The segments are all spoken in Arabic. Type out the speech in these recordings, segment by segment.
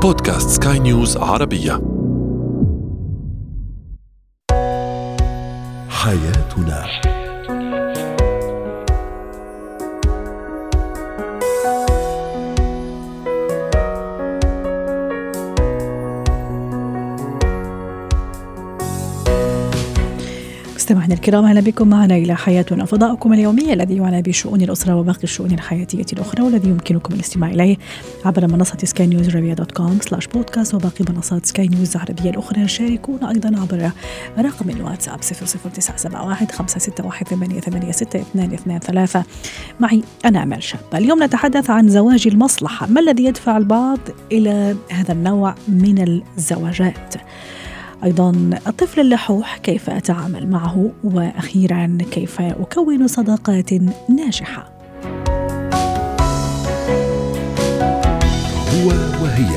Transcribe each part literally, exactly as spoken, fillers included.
بودكاست سكاي نيوز عربية. حياتنا. مستمعينا الكرام، اهلا بكم معنا الى حياتنا، فضاؤكم اليومي الذي يعنى بشؤون الاسره وباقي الشؤون الحياتيه الاخرى، والذي يمكنكم الاستماع اليه عبر منصه سكاي نيوز عربيه دوت كوم سلاش بودكاست وباقي منصات سكاي نيوز العربيه الاخرى. شاركونا ايضا عبر رقم الواتساب صفر صفر تسعة سبعة واحد خمسة ستة واحد ثمانية ثمانية ستة اثنان اثنان ثلاثة. معي انا امل شابه. اليوم نتحدث عن زواج المصلحه، ما الذي يدفع البعض الى هذا النوع من الزواجات؟ أيضا الطفل اللحوح كيف أتعامل معه؟ وأخيرا كيف أكون صداقات ناجحة؟ هو وهي.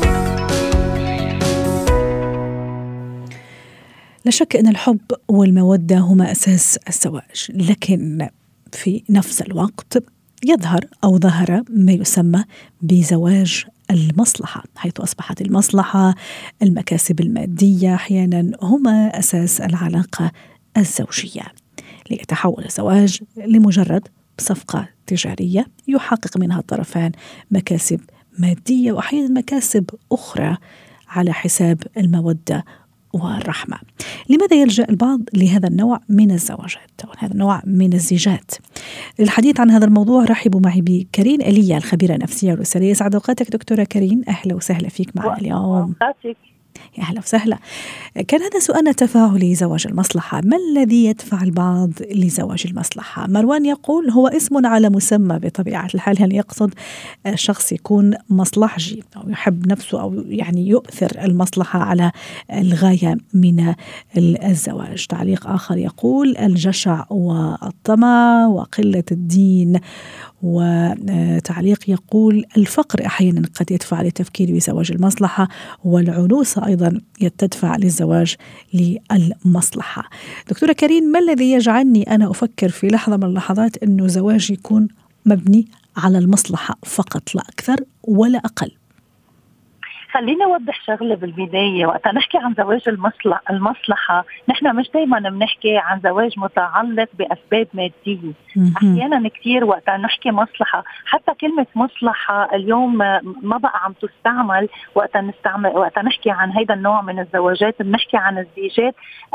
لا شك أن الحب والمودة هما أساس الزواج، لكن في نفس الوقت يظهر أو ظهر ما يسمى بزواج المصلحة، حيث أصبحت المصلحة المكاسب المادية أحيانا هما أساس العلاقة الزوجية، ليتحول الزواج لمجرد صفقة تجارية يحقق منها الطرفان مكاسب مادية وأحيانا مكاسب أخرى على حساب المودة والرحمة. لماذا يلجأ البعض لهذا النوع من الزواجات أو هذا النوع من الزيجات؟ للحديث عن هذا الموضوع رحبوا معي بكريم إيليا، الخبيرة النفسية والأسرية. سعد أوقاتك دكتورة كريم، أهلا وسهلا فيك معنا اليوم. يا أهلا وسهلا. كان هذا سؤالنا التفاعلي، زواج المصلحة، ما الذي يدفع البعض لزواج المصلحة؟ مروان يقول هو اسم على مسمى بطبيعة الحال، يعني يقصد شخص يكون مصلحجي أو يحب نفسه أو يعني يؤثر المصلحة على الغاية من الزواج. تعليق آخر يقول الجشع والطمع وقلة الدين. وتعليق يقول الفقر أحيانا قد يدفع للتفكير بزواج المصلحة، والعنوسة أيضا تدفع للزواج للمصلحة. دكتورة كريم، ما الذي يجعلني أنا أفكر في لحظة من اللحظات أنه زواج يكون مبني على المصلحة فقط لا أكثر ولا أقل؟ خليني أوضح شغلة بالبداية. وقت نحكي عن زواج المصلحة المصلحة نحن مش دايما بنحكي عن زواج متعلق بأسباب مادية. أحيانا كتير وقت نحكي مصلحة، حتى كلمة مصلحة اليوم ما بقى عم تستعمل وقت نستعمل وقت نحكي عن هذا النوع من الزواجات. بنحكي عن الزيجات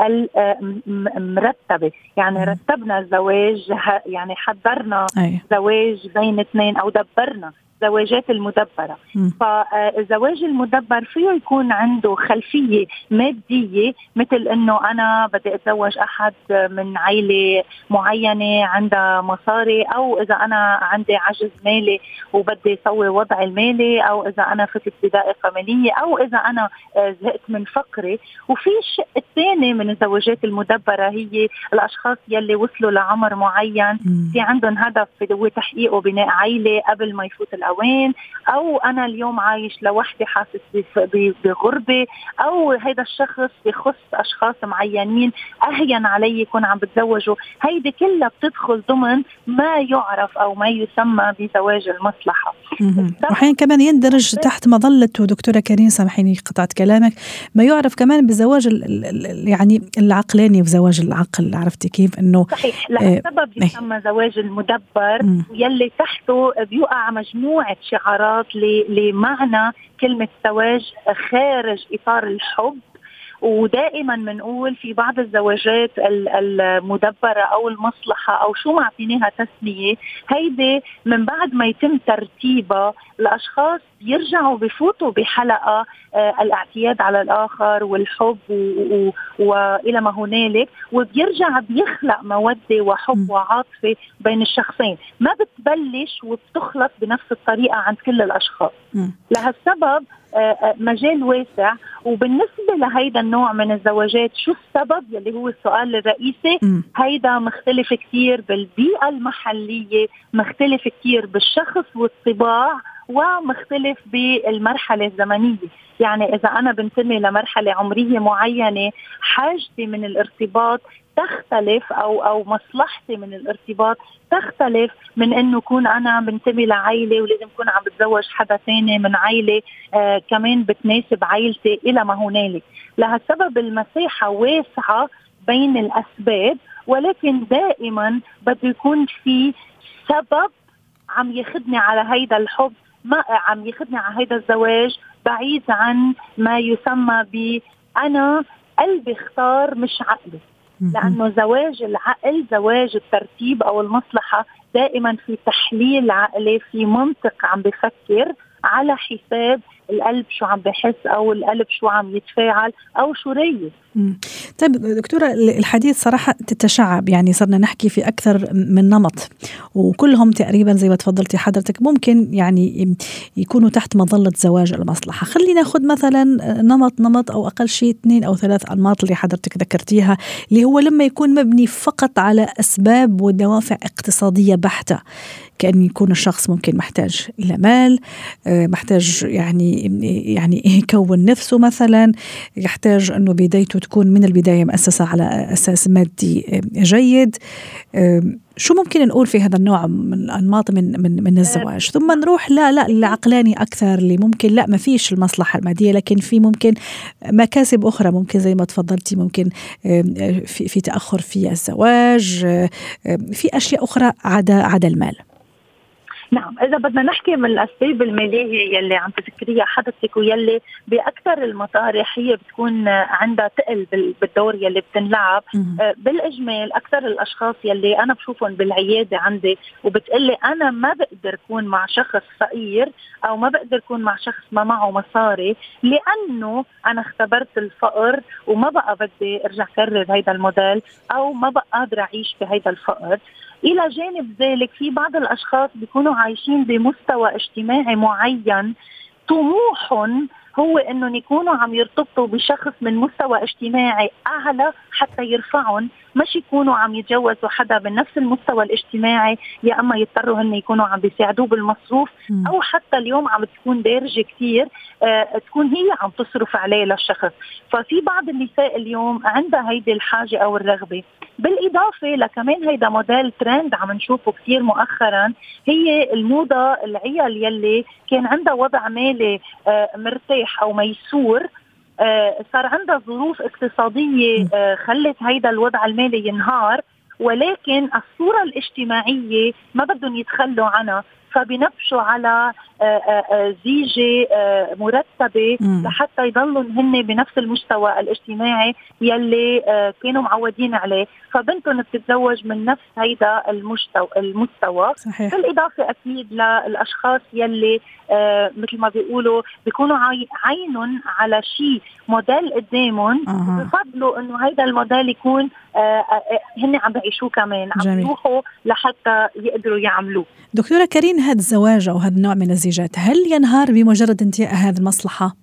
المرتبة، يعني رتبنا الزواج، يعني حضرنا زواج بين اثنين أو دبرنا زواجات المدبرة. فالزواج المدبر فيه يكون عنده خلفية مادية، مثل أنه أنا بدي أتزوج أحد من عائلة معينة عندها مصاري، أو إذا أنا عندي عجز مالي وبدي أسوي وضع المالي، أو إذا أنا فتت بدائقة مالية، أو إذا أنا زهقت من فقري. وفي الشق الثاني من الزواجات المدبرة هي الأشخاص يلي وصلوا لعمر معين في عندهم هدف هو تحقيقه بناء عائلة قبل ما يفوت الأوان، أو أنا اليوم عايش لوحدي حاسس بغربة، أو هذا الشخص بخص أشخاص معينين أهين علي يكون عم بتزوجوا. هيدي كلها بتدخل ضمن ما يعرف أو ما يسمى بزواج المصلحة. وحين كمان يندرج تحت مظلة، دكتورة كريم سامحيني قطعت كلامك، ما يعرف كمان بالزواج يعني العقلاني وزواج العقل. عرفتي كيف أنه صحيح لهالسبب آه يسمى زواج المدبر، يلي تحته بيقع مجموعة شعارات لمعنى كلمة زواج خارج إطار الحب. ودائما منقول في بعض الزواجات المدبرة أو المصلحة أو شو ما عطيناها تسمية، هيدي من بعد ما يتم ترتيبها الأشخاص يرجعوا بفوتوا بحلقة آه الاعتياد على الآخر والحب وإلى ما هنالك، وبيرجع بيخلق مودة وحب وعاطفة بين الشخصين، ما بتبلش وبتخلص بنفس الطريقة عند كل الأشخاص. لهالسبب مجال واسع. وبالنسبة لهيدا النوع من الزواجات شو السبب يلي هو السؤال الرئيسي، م. هيدا مختلف كتير بالبيئة المحلية، مختلف كتير بالشخص والطباع، ومختلف بالمرحلة الزمنية. يعني إذا أنا بنتمي لمرحلة عمرية معينة حاجتي من الارتباط تختلف أو أو مصلحتي من الارتباط تختلف من إنه كون أنا بنتمي لعائلة ولازم كون عم بتزوج حدا ثاني من عائلة آه كمان بتناسب عائلتي إلى ما هنالك. لهالسبب المساحة واسعة بين الأسباب، ولكن دائما بده يكون في سبب عم يخدني على هيدا الحب، ما عم يخدني على هيدا الزواج، بعيد عن ما يسمى ب أنا قلبي اختار مش عقلي. لأنه زواج العقل، زواج الترتيب أو المصلحة، دائما في تحليل عقلي، في منطق عم بفكر على حساب القلب شو عم بحس أو القلب شو عم يتفاعل أو شو رأيه. طيب دكتورة، الحديث صراحة تتشعب، يعني صرنا نحكي في أكثر من نمط، وكلهم تقريبا زي ما تفضلتي حضرتك ممكن يعني يكونوا تحت مظلة زواج المصلحة. خلينا ناخد مثلا نمط نمط أو أقل شيء اثنين أو ثلاث أنماط اللي حضرتك ذكرتيها، اللي هو لما يكون مبني فقط على أسباب ودوافع اقتصادية بحتة، كأن يكون الشخص ممكن محتاج إلى مال، محتاج يعني يعني يكون نفسه مثلا، يحتاج أنه بدايته تكون من البداية مؤسسة على أساس مادي جيد. شو ممكن نقول في هذا النوع من الأنماط من من من الزواج؟ ثم نروح لا لا العقلاني أكثر، اللي ممكن لا ما فيش المصلحة المادية، لكن في ممكن مكاسب أخرى، ممكن زي ما تفضلتي ممكن في في تأخر في الزواج، في أشياء أخرى عدا عدا المال. نعم، إذا بدنا نحكي من الأسباب المالية يلي عم تذكريها حضرتك ويلي بأكثر المطارح هي بتكون عندها تقل بالدور يلي بتنلعب بالإجمال، أكثر الأشخاص يلي أنا بشوفهم بالعيادة عندي وبتقلي أنا ما بقدر أكون مع شخص فقير أو ما بقدر أكون مع شخص ما معه مصاري، لأنه أنا اختبرت الفقر وما بقى بدي أرجع كرر هيدا الموديل أو ما بقى قادر أعيش بهيدا الفقر. إلى جانب ذلك في بعض الأشخاص بيكونوا عايشين بمستوى اجتماعي معين، طموحهم هو أنهم يكونوا عم يرتبطوا بشخص من مستوى اجتماعي أعلى حتى يرفعهم، مش يكونوا عم يتجوزوا حدا من نفس المستوى الاجتماعي، يا أما يضطروا هن يكونوا عم بيساعدوه بالمصروف م. أو حتى اليوم عم تكون دارجة كتير آه تكون هي عم تصرف عليه للشخص. ففي بعض النساء اليوم عندها هيدي الحاجة أو الرغبة. بالإضافة لكمان هيدا موديل ترند عم نشوفه كتير مؤخرا، هي الموضة العيال يلي كان عندها وضع مالي آه مرتاح أو ميسور، آه صار عندها ظروف اقتصادية آه خلت هيدا الوضع المالي ينهار، ولكن الصورة الاجتماعية ما بدهم يتخلوا عنها، فبنبشوا على زيجة مرتبة لحتى يضلوا هن بنفس المستوى الاجتماعي يلي كانوا معودين عليه، فبنتهم بتتزوج من نفس هيدا المستوى المستوى صحيح. بالإضافة أكيد للأشخاص يلي مثل ما بيقولوا بيكونوا عينهم على شيء موديل قدامهم أه. وبفضلوا إنه هيدا الموديل يكون هن عم بيعيشوه كمان، عم يروحوا لحتى يقدروا يعملوه. دكتورة كريم، هذا الزواج أو هذا النوع من الزيجات هل ينهار بمجرد انتهاء هذه المصلحة؟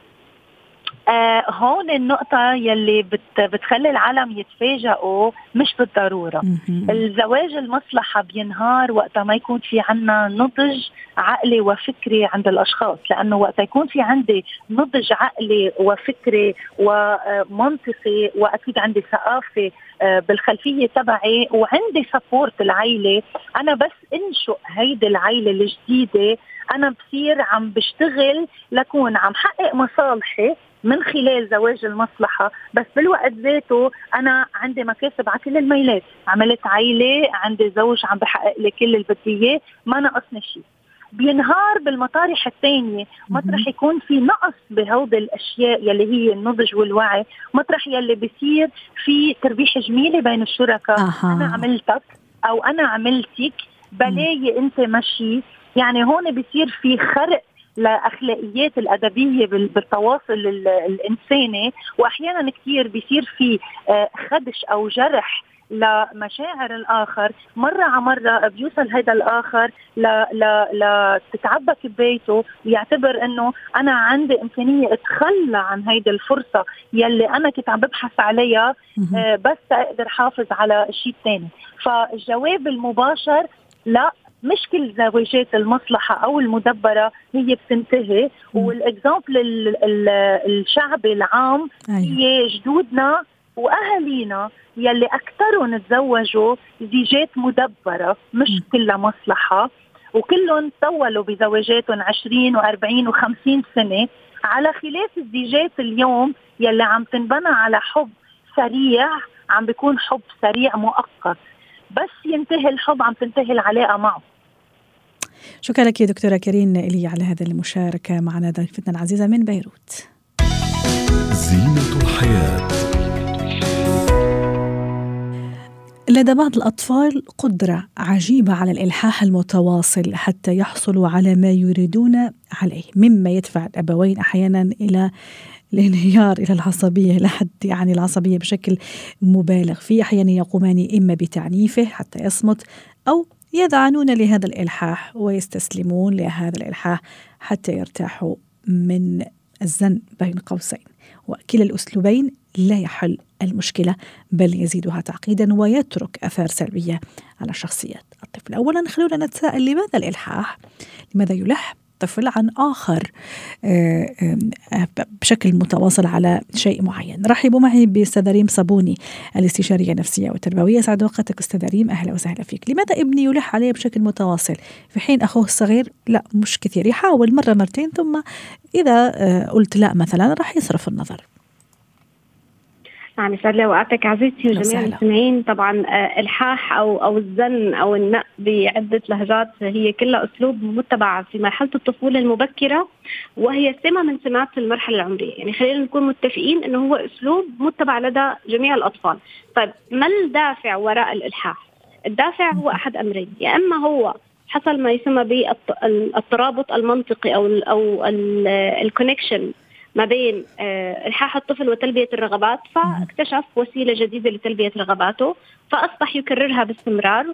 آه هون النقطة يلي بت بتخلي العالم يتفاجئوا مش بالضرورة. م-م. الزواج المصلحة بينهار وقتها ما يكون في عنا نضج عقلي وفكري عند الأشخاص، لأنه وقتها يكون في عندي نضج عقلي وفكري ومنطقي وأكيد عندي ثقافة بالخلفية تبعي وعندي سبورت العائلة، أنا بس انشئ هيدي العائلة الجديدة، أنا بصير عم بشتغل لكون عم حقق مصالحي من خلال زواج المصلحة، بس بالوقت ذاته أنا عندي مكاسب على كل الميلات، عملت عائلة، عندي زوج عم بحقق لي كل اللي بدي إياه، ما نقصني شيء. بينهار بالمطارح الثانية، مطرح يكون في نقص بهود الأشياء يلي هي النضج والوعي، مطرح يلي بيصير في تربيح جميلة بين الشركاء. أه. أنا عملتك أو أنا عملتك بلاي أنت ماشي، يعني هون بيصير في خرق لأخلاقيات الأدبية بالتواصل الإنساني، وأحيانا كتير بيصير في خدش أو جرح لمشاعر الآخر، مرة على مرة بيوصل هذا الآخر لتتعبى كبايته ويعتبر أنه أنا عندي إمكانية أتخلى عن هيدا الفرصة يلي أنا كنت عم ببحث عليها بس أقدر حافظ على شيء تاني. فالجواب المباشر لا، مش كل زواجات المصلحة أو المدبرة هي بتنتهي، والإكزامبل الشعبي العام هي جدودنا وأهالينا يلي أكثرهم تزوجوا زيجات مدبرة مش كلها مصلحة، وكلهم طولوا بزواجاتهم عشرين وأربعين وخمسين سنة، على خلاف الزيجات اليوم يلي عم تنبنى على حب سريع، عم بيكون حب سريع مؤقت، بس ينتهي الحب عم تنتهي العلاقة معه. شكرا لك يا دكتورة كريم إلي على هذا المشاركة معنا ضيفتنا العزيزة من بيروت. زينة الحياة. لدى بعض الأطفال قدرة عجيبة على الإلحاح المتواصل حتى يحصلوا على ما يريدون عليه، مما يدفع الأبوين أحيانا إلى الانهيار، إلى العصبية، لحد يعني العصبية بشكل مبالغ فيه. أحيانا يقومان إما بتعنيفه حتى يصمت، أو يذعنون لهذا الإلحاح ويستسلمون لهذا الإلحاح حتى يرتاحوا من الزن بين قوسين. وكلا الأسلوبين لا يحل المشكلة، بل يزيدها تعقيدا ويترك أثار سلبية على شخصية الطفل. أولا خلونا نتساءل، لماذا الإلحاح؟ لماذا يلح طفل عن آخر بشكل متواصل على شيء معين؟ رحبوا معي بأستاذة ريم صابوني، الاستشارية النفسية والتربوية. سعد وقتك أستاذة ريم، أهلا وسهلا فيك. لماذا ابني يلح عليه بشكل متواصل في حين أخوه الصغير لا مش كثير، يحاول مرة مرتين ثم إذا قلت لا مثلا راح يصرف النظر؟ يعني يسعد لي وقتك عزيزتي وجميع المستمعين. طبعا الحاح او او الزن او النق بعده لهجات هي كلها اسلوب متبع في مرحله الطفوله المبكره، وهي سمه من سمات المرحله العمريه. يعني خلينا نكون متفقين انه هو اسلوب متبع لدى جميع الاطفال. طيب ما الدافع وراء الالحاح؟ الدافع هو احد امرين، يا اما هو حصل ما يسمى بالترابط المنطقي او ال او الكونكشن ما بين إلحاح الطفل وتلبية الرغبات، فاكتشف وسيلة جديدة لتلبية رغباته فأصبح يكررها باستمرار.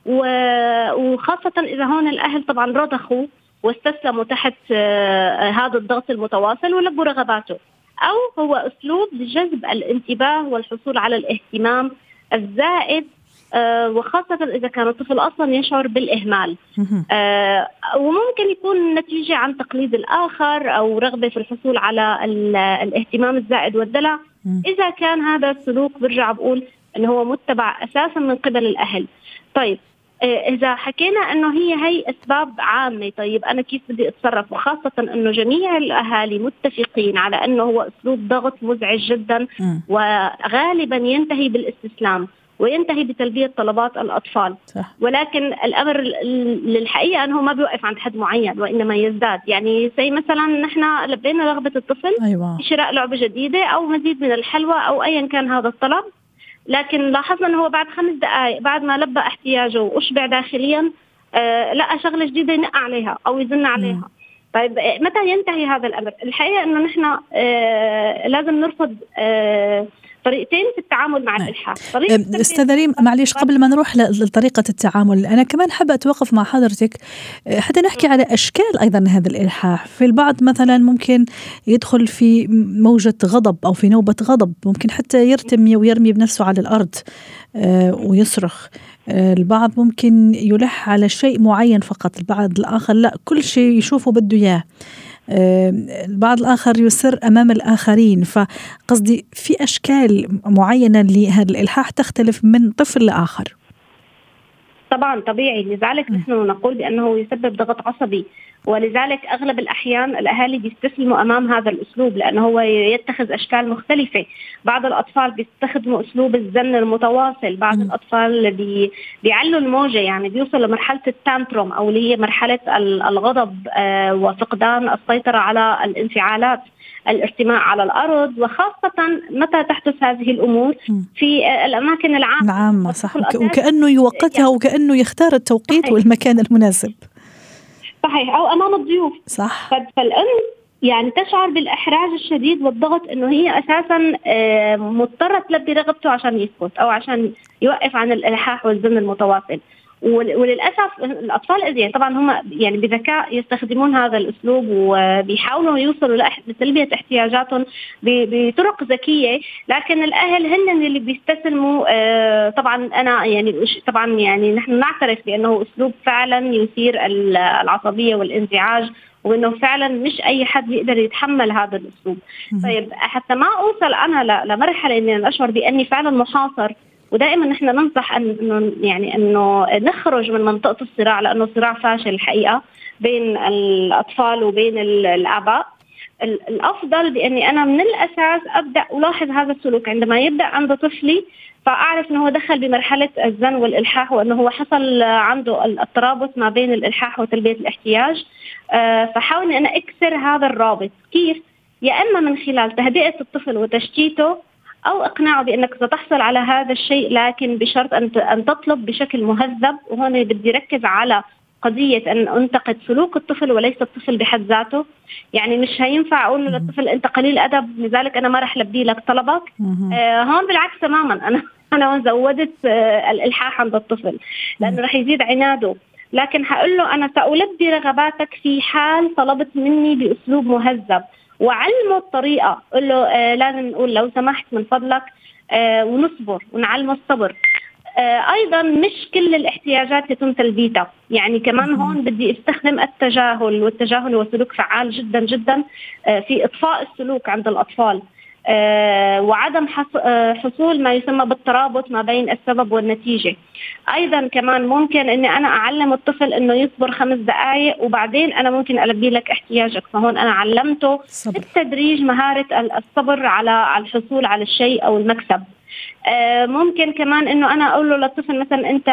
وخاصة إذا هون الأهل طبعا رضخوا واستسلموا تحت هذا الضغط المتواصل ولبوا رغباته، أو هو أسلوب لجذب الانتباه والحصول على الاهتمام الزائد، وخاصة إذا كان الطفل أصلا يشعر بالإهمال. آه وممكن يكون نتيجة عن تقليد الآخر أو رغبة في الحصول على الاهتمام الزائد والدلع. إذا كان هذا السلوك برجع بقول أنه هو متبع أساسا من قبل الأهل. طيب آه إذا حكينا أنه هي هي أسباب عامة، طيب أنا كيف بدي أتصرف؟ وخاصة أنه جميع الأهالي متفقين على أنه هو أسلوب ضغط مزعج جدا وغالبا ينتهي بالاستسلام وينتهي بتلبية طلبات الأطفال. صح. ولكن الأمر للحقيقة أنه ما بيوقف عند حد معين وإنما يزداد. يعني زي مثلا نحن لبينا رغبة الطفل أيوة. في شراء لعبة جديدة أو مزيد من الحلوى أو أيا كان هذا الطلب، لكن لاحظنا أنه هو بعد خمس دقائق بعد ما لبى احتياجه وأشبع داخليا آه لقى شغلة جديدة ينقع عليها أو يزن عليها. م. طيب متى ينتهي هذا الأمر؟ الحقيقة أنه نحن آه لازم نرفض آه طريقتين في التعامل مع الإلحاح. أستاذة ريم معليش قبل ما نروح لطريقة التعامل، أنا كمان حابة أتوقف مع حضرتك حتى نحكي على أشكال أيضا هذا الإلحاح. في البعض مثلا ممكن يدخل في موجة غضب أو في نوبة غضب، ممكن حتى يرتمي ويرمي بنفسه على الأرض ويصرخ. البعض ممكن يلح على شيء معين فقط، البعض الآخر لا كل شيء يشوفه بده إياه، البعض الآخر يسر أمام الآخرين. فقصدي في أشكال معينة لهذا الإلحاح تختلف من طفل لآخر. طبعا طبيعي، لذلك نحن نقول بأنه يسبب ضغط عصبي، ولذلك أغلب الأحيان الأهالي بيستسلموا أمام هذا الأسلوب لأنه هو يتخذ أشكال مختلفة. بعض الأطفال بيستخدموا أسلوب الزن المتواصل، بعض م. الأطفال بي بيعلوا الموجة، يعني بيوصل لمرحلة التانتروم أو اللي هي مرحلة الغضب آه وفقدان السيطرة على الانفعالات، الارتماء على الأرض، وخاصة متى تحدث هذه الأمور في الأماكن العامة. نعم صح، وكأنه يوقتها وكأنه يختار التوقيت صحيح. والمكان المناسب. صحيح، أو أمام الضيوف. صح. فالأم يعني تشعر بالإحراج الشديد والضغط إنه هي أساسا مضطرة تلبي رغبته عشان يسكت أو عشان يوقف عن الإلحاح والزن المتواصل. وللأسف الأطفال الأذكياء طبعا هم يعني بذكاء يستخدمون هذا الأسلوب وبيحاولوا يوصلوا لتلبية احتياجاتهم بطرق ذكية، لكن الأهل هن اللي بيستسلموا. طبعا أنا يعني طبعا يعني نحن نعترف بأنه أسلوب فعلا يثير العصبية والانزعاج، وإنه فعلا مش أي حد يقدر يتحمل هذا الأسلوب. طيب حتى ما أوصل أنا لمرحلة إني أشعر بأني فعلا محاصر، ودائما نحن ننصح أنه يعني أنه نخرج من منطقة الصراع، لأنه صراع فاشل الحقيقة بين الأطفال وبين الآباء. الأفضل بأني أنا من الأساس أبدأ ألاحظ هذا السلوك عندما يبدأ عند طفلي، فأعرف أنه هو دخل بمرحلة الزن والإلحاح، وأنه هو حصل عنده الترابط ما بين الإلحاح وتلبية الاحتياج. فحاول أن أنا أكسر هذا الرابط. كيف؟ يا إما من خلال تهدئة الطفل وتشتيته، أو إقناعه بأنك ستحصل على هذا الشيء لكن بشرط أن تطلب بشكل مهذب. وهنا بدي ركز على قضية أن أنتقد سلوك الطفل وليس الطفل بحد ذاته. يعني مش هينفع أقول للطفل أنت قليل أدب لذلك أنا ما رح لبي لك طلبك. آه هون بالعكس تماما، أنا أنا زودت آه الإلحاح عند الطفل لأنه رح يزيد عناده. لكن هقول له أنا سألبي رغباتك في حال طلبت مني بأسلوب مهذب، وعلمه الطريقة. قل له آه لازم نقول لو سمحت من فضلك، آه ونصبر ونعلمه الصبر. آه أيضا مش كل الاحتياجات يتم تلبيتها، يعني كمان هون بدي استخدم التجاهل، والتجاهل هو سلوك فعال جدا جدا آه في إطفاء السلوك عند الأطفال، آه وعدم حصول ما يسمى بالترابط ما بين السبب والنتيجة. أيضا كمان ممكن أني أنا أعلم الطفل أنه يصبر خمس دقائق وبعدين أنا ممكن ألبي لك احتياجك. فهون أنا علمته بالتدريج مهارة الصبر على الحصول على الشيء أو المكسب. آه ممكن كمان أنه أنا أقول له للطفل مثلا أنت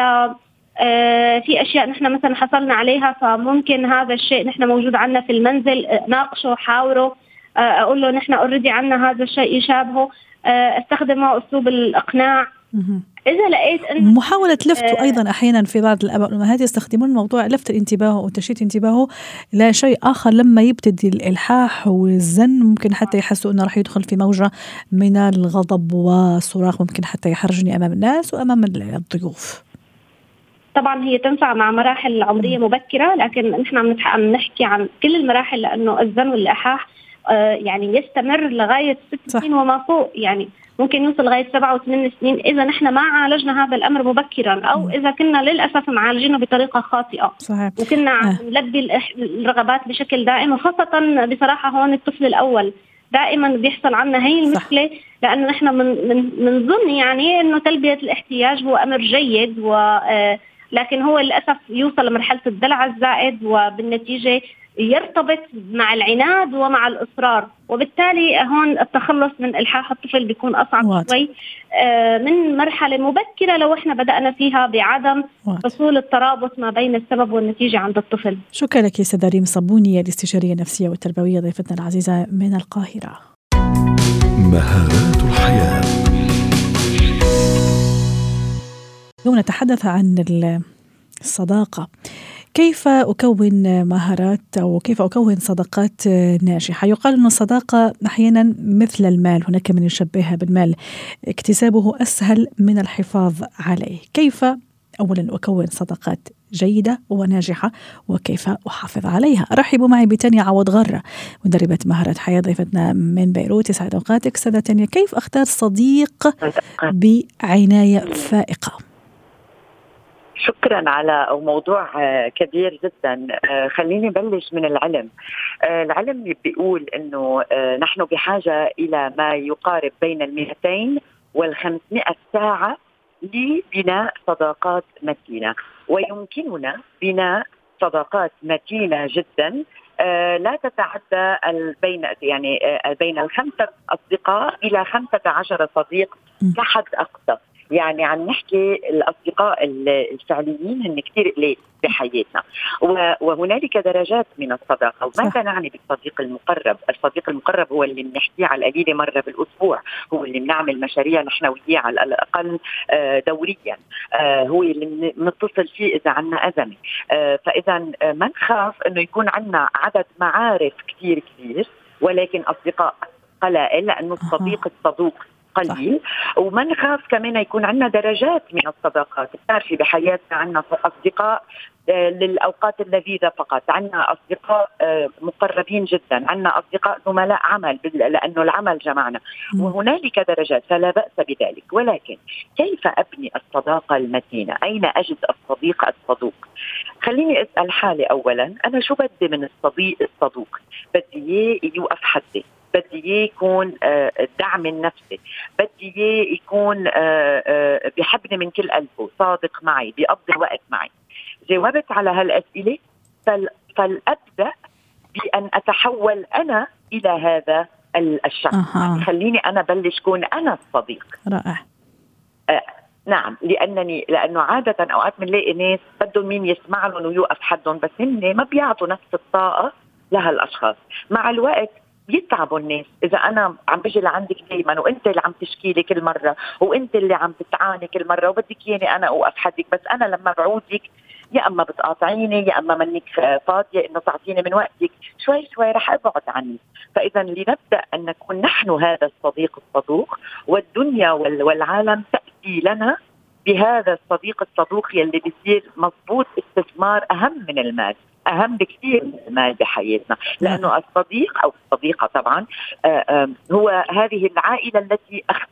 آه في أشياء نحن مثلا حصلنا عليها، فممكن هذا الشيء نحن موجود عنا في المنزل، ناقشه حاوره. أقول له نحن أوريدي عنا هذا الشيء يشابهه، استخدمه أسلوب الإقناع. إذا لقيت إن محاولة لفته آه أيضا أحيانا في بعض الآباء والأمهات يستخدمون موضوع لفت الانتباه وتشتيت انتباهه لا شيء آخر. لما يبتدي الإلحاح والزن ممكن حتى يحسوا أنه راح يدخل في موجة من الغضب والصراخ، ممكن حتى يحرجني أمام الناس وأمام الضيوف. طبعا هي تنفع مع مراحل عمرية مبكرة، لكن نحن عم نحكي عن كل المراحل، لأنه الزن والإلحاح يعني يستمر لغاية ست سنين وما فوق، يعني ممكن يوصل لغاية سبعة وثمان سنين إذا نحن ما عالجنا هذا الأمر مبكرا، أو إذا كنا للأسف معالجينه بطريقة خاطئة. صحيح. وكنا عم نلبي الرغبات بشكل دائم، وخاصة بصراحة هون الطفل الأول دائما بيحصل عنا هي المشكلة. صح. لأنه نحن من من منظن يعني إنه تلبية الاحتياج هو أمر جيد، و لكن هو للأسف يوصل لمرحلة الدلع الزائد، وبالنتيجة يرتبط مع العناد ومع الإصرار، وبالتالي هون التخلص من إلحاح الطفل بيكون أصعب شوي آه من مرحلة مبكرة لو إحنا بدأنا فيها بعدم حصول الترابط ما بين السبب والنتيجة عند الطفل. شكرا لك سيدة ريم صبوني، الاستشارية النفسية والتربوية، ضيفتنا العزيزة من القاهرة. مهارات الحياة. اليوم نتحدث عن الصداقة. كيف أكون مهارات أو كيف أكون صداقات ناجحة؟ يقال أن الصداقة أحيانا مثل المال، هناك من يشبهها بالمال، اكتسابه أسهل من الحفاظ عليه. كيف أولا أكون صداقات جيدة وناجحة، وكيف أحافظ عليها؟ رحبوا معي بتانيا عوض غرة، مدربة مهارات حياة، ضيفتنا من بيروت. يسعد أوقاتك سادة تانيا. كيف أختار صديق بعناية فائقة؟ شكرا على موضوع كبير جدا. خليني بلش من العلم. العلم بيقول انه نحن بحاجة الى ما يقارب بين المئتين والخمسمائة ساعة لبناء صداقات متينة، ويمكننا بناء صداقات متينة جدا لا تتعدى بين يعني بين الخمسة أصدقاء إلى خمسة عشر صديق كحد أقصى. يعني عم نحكي الأصدقاء الفعليين هن كتير قليل بحياتنا، وهنالك درجات من الصداقة. وماذا نعني بالصديق المقرب؟ الصديق المقرب هو اللي بنحكيه على القليلة مرة بالأسبوع، هو اللي بنعمل مشاريع نحن وياه على الأقل دوريا، هو اللي بنتصل فيه إذا عنا أزمة. فإذا ما نخاف إنه يكون عنا عدد معارف كتير كبير ولكن أصدقاء قلائل، لأنه الصديق الصدوق قليل. صح. وما نخاف كمان يكون عندنا درجات من الصداقات. بتعرفي بحياتنا عندنا أصدقاء للأوقات اللذيذة فقط، عندنا أصدقاء مقربين جدا، عندنا أصدقاء زملاء عمل لأنه العمل جمعنا، وهنالك درجات فلا بأس بذلك. ولكن كيف أبني الصداقة المتينة؟ أين أجد الصديق الصدوق؟ خليني أسأل حالي أولا، أنا شو بدي من الصديق الصدوق؟ بدي يوقف حدي، بدي يكون الدعم النفسي، بدي يكون بيحبني من كل قلبه، صادق معي، بيقضي وقت معي. جاوبت على هالأسئلة فلأبدأ بأن أتحول أنا إلى هذا الشخص. أه. خليني أنا بلش كون أنا الصديق. رائع. آه نعم، لأنني لأنه عادة أوقات بنلاقي ناس بدهم مين يسمع لهم ويوقف حدهم، بس هن ما بيعطوا نفس الطاقة لها الأشخاص. مع الوقت بيتعبوا الناس إذا أنا عم بجي لعندك دايما وأنت اللي عم تشكي لي كل مرة وأنت اللي عم تتعاني كل مرة وبدك ياني أنا أوقف حدك، بس أنا لما بعودك يا أما بتقاطعيني يا أما منك فاضية إنه تعطيني من وقتك، شوي شوي رح أبعد عني. فإذا لنبدأ أن نكون نحن هذا الصديق الصدوق، والدنيا والعالم تأتي لنا بهذا الصديق الصدوق يلي بيصير مضبوط استثمار أهم من المال، أهم بكثير من المال بحياتنا. لأنه الصديق أو الصديقة طبعا هو هذه العائلة التي أخ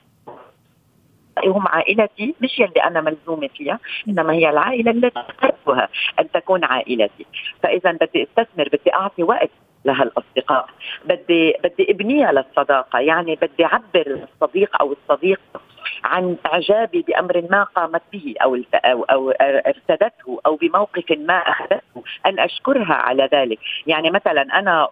هم عائلتي، مش يلي أنا ملزومة فيها، إنما هي العائلة التي أخترتها أن تكون عائلتي. فإذا بدي استثمر، بدي أعطي وقت لها الأصدقاء، بدي بدي ابنيها للصداقة. يعني بدي أعبر الصديق أو الصديق عن إعجابي بأمر ما قامت به أو أو أو ارتدته أو بموقف ما أخذته، أن أشكرها على ذلك. يعني مثلا أنا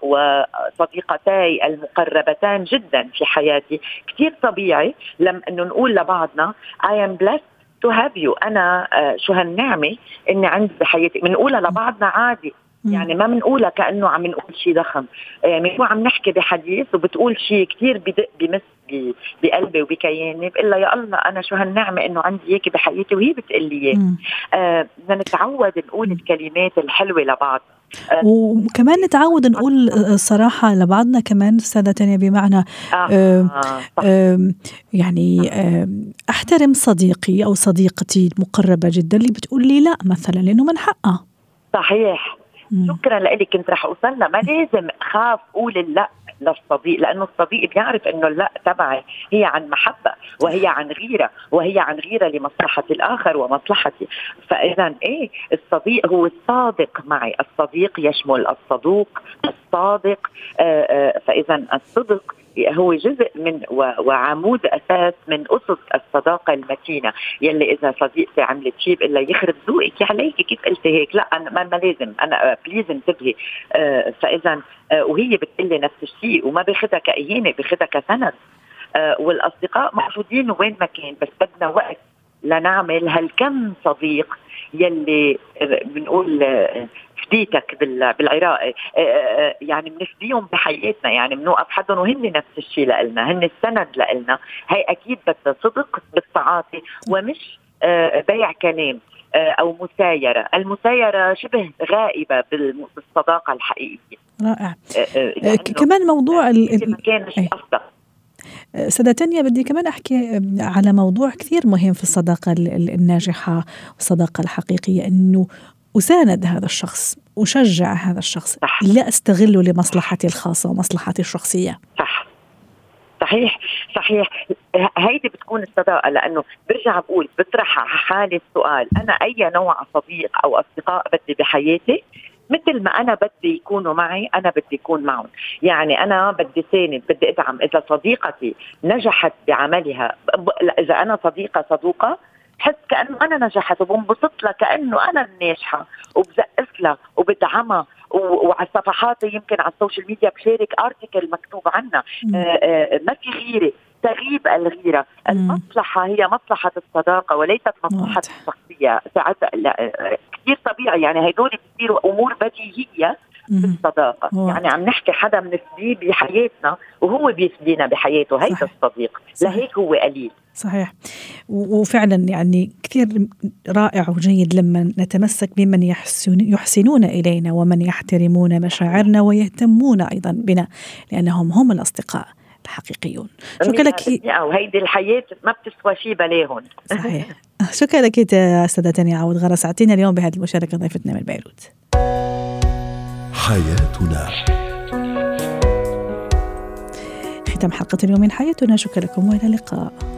وصديقتاي المقربتان جدا في حياتي كثير طبيعي لما إنه نقول لبعضنا I am blessed to have you. أنا شو هالنعمة إني عندي بحياتي. بنقولها لبعضنا عادي، يعني ما بنقولها كأنه عم نقول شيء ضخم، يعني مو عم نحكي بحديث وبتقول شيء كتير بدق بمس بقلبي وبكياني، بقول لها يا الله أنا شو هالنعمة إنه عندي إياكي بحياتي وهي بتقول لي إياه. آه نتعود نقول الكلمات الحلوة لبعض، آه وكمان نتعود نقول صراحة لبعضنا كمان سادة تانية، بمعنى آه آه آه يعني آه أحترم صديقي أو صديقتي المقربة جدا اللي بتقول لي لا مثلا، لأنه من حقها. صحيح. شكرا لك، كنت رح أوصلنا. ما لازم خاف قول اللا للصديق، لأنه الصديق بيعرف أنه اللا تبعي هي عن محبة وهي عن غيرة وهي عن غيرة لمصلحة الآخر ومصلحتي. فإذا إيه الصديق هو الصادق معي. الصديق يشمل الصدوق الصادق. آآ آآ فإذا الصدق هو جزء من وعمود أساس من أسس الصداقة المتينة، يلي إذا صديقتي عملت شيء إلا يخرب ذوقك عليك كيف قلت هيك، لا أنا ما لازم، أنا بليز انتبهي. آه فإذا آه وهي بتقلي نفس الشيء وما بيخدها كإهانة، بيخدها كسند. آه والأصدقاء موجودين وين ما كان، بس بدنا وقت لنعمل هالكم صديق يلي بنقول فديتك بالعراق، يعني بنفديهم بحياتنا، يعني بنوقف حدهم وهن نفس الشيء لنا، هن السند لنا. هي أكيد بدها صدق بالتعاطي ومش بيع كلام أو مسايرة. المسايرة شبه غائبة بالصداقة الحقيقية. رائع. يعني كمان موضوع ال كانش أفضل. سادة تانية، بدي كمان أحكي على موضوع كثير مهم في الصداقة الناجحة والصداقة الحقيقية، أنه أساند هذا الشخص، أشجع هذا الشخص، صح. لا أستغله لمصلحتي الخاصة ومصلحتي الشخصية. صح. صحيح صحيح. هيدي بتكون الصداقة، لأنه برجع بقول بطرح حالي السؤال، أنا أي نوع صديق أو أصدقاء بدي بحياتي؟ مثل ما أنا بدي يكونوا معي أنا بدي يكون معهم. يعني أنا بدي ساند، بدي أدعم. إذا صديقتي نجحت بعملها، إذا أنا صديقة صدوقة حس كأنه أنا نجحت وبنبسط لها كأنه أنا الناجحة، وبزقف لها وبدعمها، وعلى صفحاتي يمكن على السوشيال ميديا بشارك ارتكل مكتوب عنها. ما في غيرة، تغيب الغيرة. المصلحة هي مصلحة الصداقة وليست مصلحة الشخصية. كثير طبيعي، يعني هيدول بيصيروا أمور بديهية بالصداقة. يعني عم نحكي حدا بنفديه بحياتنا وهو بيفدينا بحياته، هيدا الصديق. لهيك هو قليل. صحيح. وفعلا يعني كثير رائع وجيد لما نتمسك بمن يحسنون إلينا ومن يحترمون مشاعرنا ويهتمون أيضا بنا، لأنهم هم الأصدقاء الحقيقيون. شكرا لك. أو هيدي الحياة ما بتسوى شيء بلاهن. صحيح. شكرا لك أستاذة تانيا عوض غرة، ساعتين اليوم بهذه المشاركة ضيفتنا من بيروت. حياتنا. ختام حلقة اليوم من حياتنا. شكرا لكم وإلى اللقاء.